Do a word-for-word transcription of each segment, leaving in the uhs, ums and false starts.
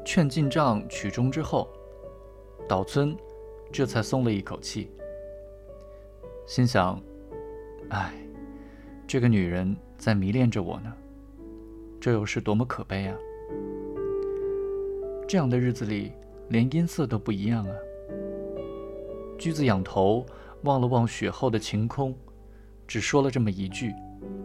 劝进帐曲终之后，岛村这才松了一口气，心想：哎，这个女人在迷恋着我呢，这又是多么可悲啊！这样的日子里，连音色都不一样啊。驹子仰头望了望雪后的晴空，只说了这么一句：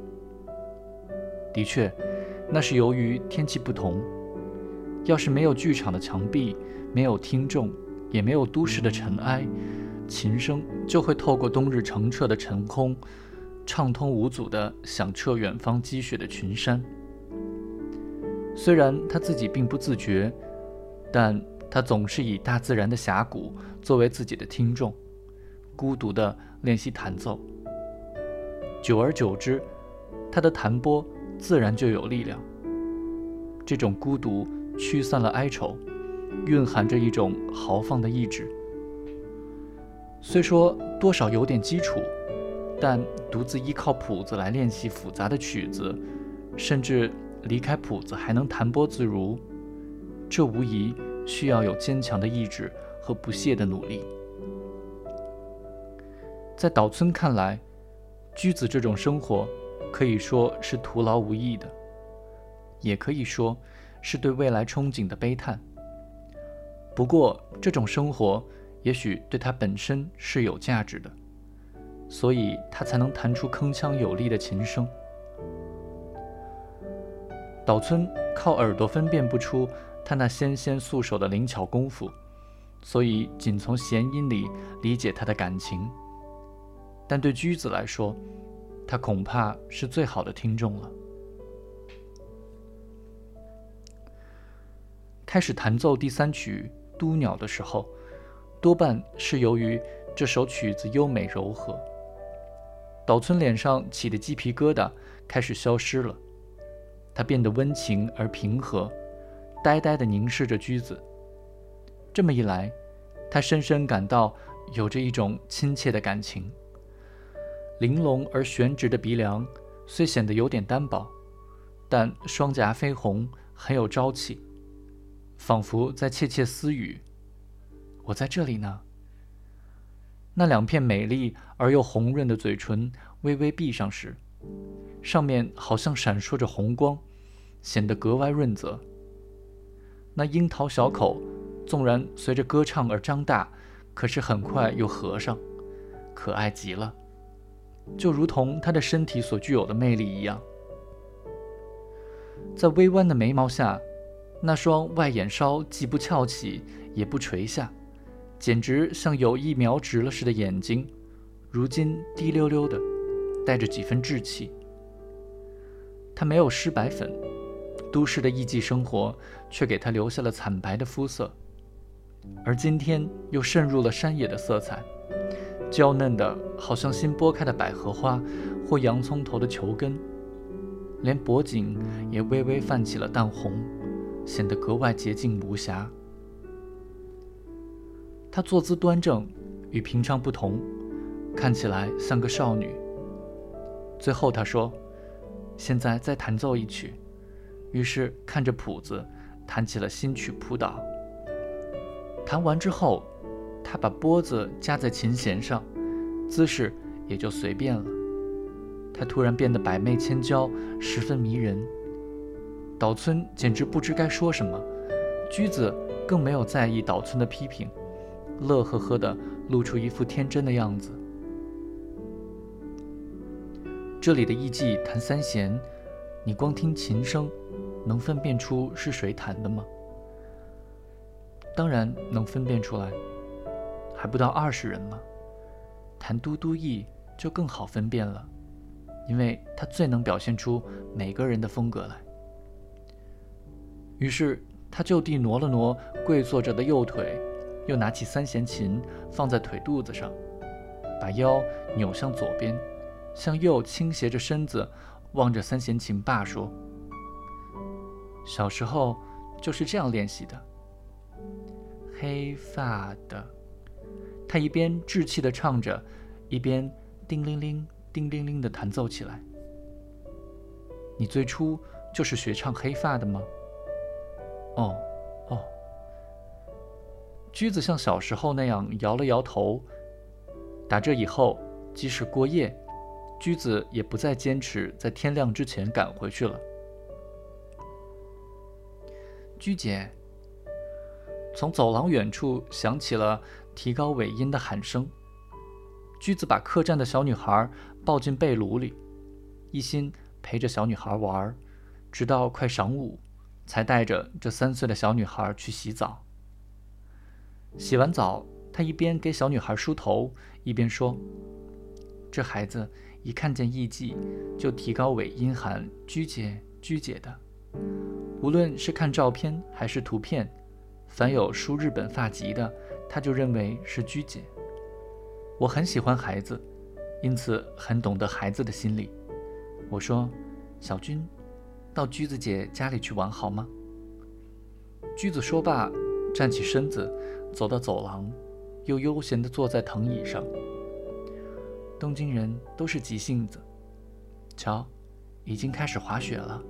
的确，那是由于天气不同。要是没有剧场的墙壁，没有听众，也没有都市的尘埃，琴声就会透过冬日澄澈的晨空，畅通无阻地响彻远方积雪的群山。虽然他自己并不自觉，但他总是以大自然的峡谷作为自己的听众，孤独地练习弹奏。久而久之，他的弹拨自然就有力量。这种孤独驱散了哀愁，蕴含着一种豪放的意志。虽说多少有点基础，但独自依靠谱子来练习复杂的曲子，甚至离开谱子还能弹拨自如，这无疑需要有坚强的意志和不懈的努力。在岛村看来，驹子这种生活可以说是徒劳无益的，也可以说是对未来憧憬的悲叹。不过这种生活也许对他本身是有价值的，所以他才能弹出铿锵有力的琴声。岛村靠耳朵分辨不出他那纤纤素手的灵巧功夫，所以仅从弦音里理解他的感情。但对驹子来说，他恐怕是最好的听众了。开始弹奏第三曲《都鸟》的时候，多半是由于这首曲子优美柔和。岛村脸上起的鸡皮疙瘩开始消失了，他变得温情而平和，呆呆地凝视着驹子。这么一来，他深深感到有着一种亲切的感情。玲珑而悬直的鼻梁虽显得有点单薄，但双颊绯红，很有朝气，仿佛在窃窃私语：我在这里呢。那两片美丽而又红润的嘴唇微微闭上时，上面好像闪烁着红光，显得格外润泽。那樱桃小口纵然随着歌唱而张大，可是很快又合上，可爱极了，就如同他的身体所具有的魅力一样。在微弯的眉毛下，那双外眼梢既不翘起也不垂下，简直像有意描直了似的眼睛，如今滴溜溜的，带着几分稚气。他没有施白粉，都市的艺伎生活却给他留下了惨白的肤色，而今天又渗入了山野的色彩，娇嫩的好像新剥开的百合花或洋葱头的球根，连脖颈也微微泛起了淡红，显得格外洁净无瑕。她坐姿端正，与平常不同，看起来像个少女。最后她说：现在再弹奏一曲。于是看着谱子弹起了新曲谱导。弹完之后，她把拨子夹在琴弦上，姿势也就随便了。她突然变得百媚千娇，十分迷人。岛村简直不知该说什么，驹子更没有在意岛村的批评，乐呵呵地露出一副天真的样子。这里的艺伎弹三弦，你光听琴声能分辨出是谁弹的吗？当然能分辨出来，还不到二十人吗？弹都都艺就更好分辨了，因为它最能表现出每个人的风格来。于是他就地挪了挪跪坐着的右腿，又拿起三弦琴放在腿肚子上，把腰扭向左边，向右倾斜着身子，望着三弦琴罢说：小时候就是这样练习的。黑发的，他一边稚气地唱着，一边叮铃铃叮铃铃地弹奏起来。你最初就是学唱黑发的吗？哦哦。驹子像小时候那样摇了摇头。打这以后，即使过夜，驹子也不再坚持在天亮之前赶回去了。驹姐，从走廊远处响起了提高尾音的喊声。驹子把客栈的小女孩抱进被炉里，一心陪着小女孩玩，直到快晌午，才带着这三岁的小女孩去洗澡。洗完澡，他一边给小女孩梳头，一边说：“这孩子一看见艺妓，就提高尾音喊‘居姐，居姐’的。无论是看照片还是图片，凡有梳日本发髻的，他就认为是居姐。我很喜欢孩子，因此很懂得孩子的心理。我说，小君，到居子姐家里去玩好吗？”居子说罢，站起身子，走到走廊，又悠闲地坐在藤椅上。东京人都是急性子，瞧，已经开始滑雪了。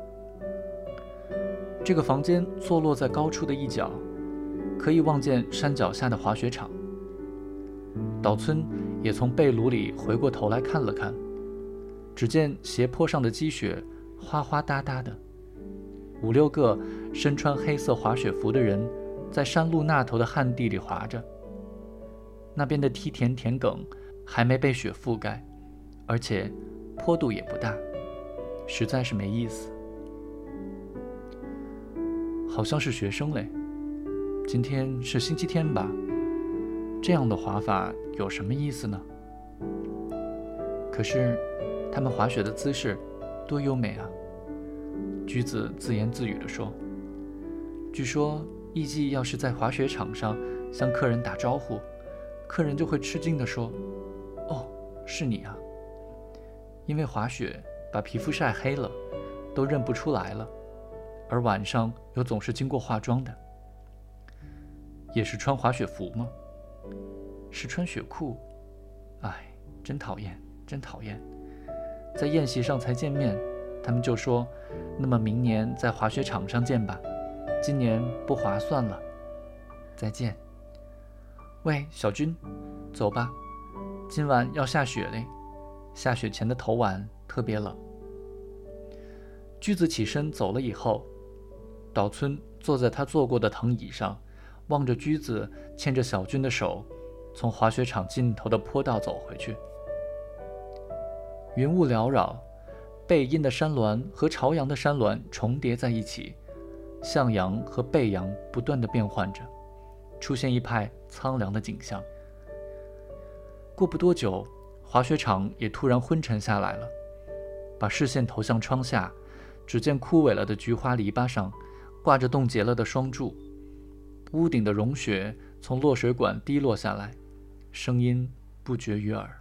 这个房间坐落在高处的一角，可以望见山脚下的滑雪场。岛村也从被炉里回过头来看了看，只见斜坡上的积雪哗哗嗒嗒的，五六个身穿黑色滑雪服的人在山路那头的旱地里滑着。那边的梯田田埂还没被雪覆盖，而且坡度也不大，实在是没意思。好像是学生嘞，今天是星期天吧？这样的滑法有什么意思呢？可是他们滑雪的姿势多优美啊！驹子自言自语地说。据说艺妓要是在滑雪场上向客人打招呼，客人就会吃惊地说：“哦，是你啊！”因为滑雪把皮肤晒黑了，都认不出来了，而晚上又总是经过化妆的。也是穿滑雪服吗？是穿雪裤。哎，真讨厌，真讨厌！在宴席上才见面，他们就说：“那么明年在滑雪场上见吧，今年不划算了。再见。”喂，小君，走吧，今晚要下雪嘞，下雪前的头晚特别冷。驹子起身走了以后，岛村坐在他坐过的藤椅上，望着驹子牵着小君的手，从滑雪场尽头的坡道走回去。云雾缭绕，背阴的山峦和朝阳的山峦重叠在一起，向阳和背阳不断地变换着，出现一派苍凉的景象。过不多久，滑雪场也突然昏沉下来了，把视线投向窗下，只见枯萎了的菊花篱笆上挂着冻结了的双柱，屋顶的融雪从落水管滴落下来，声音不绝于耳。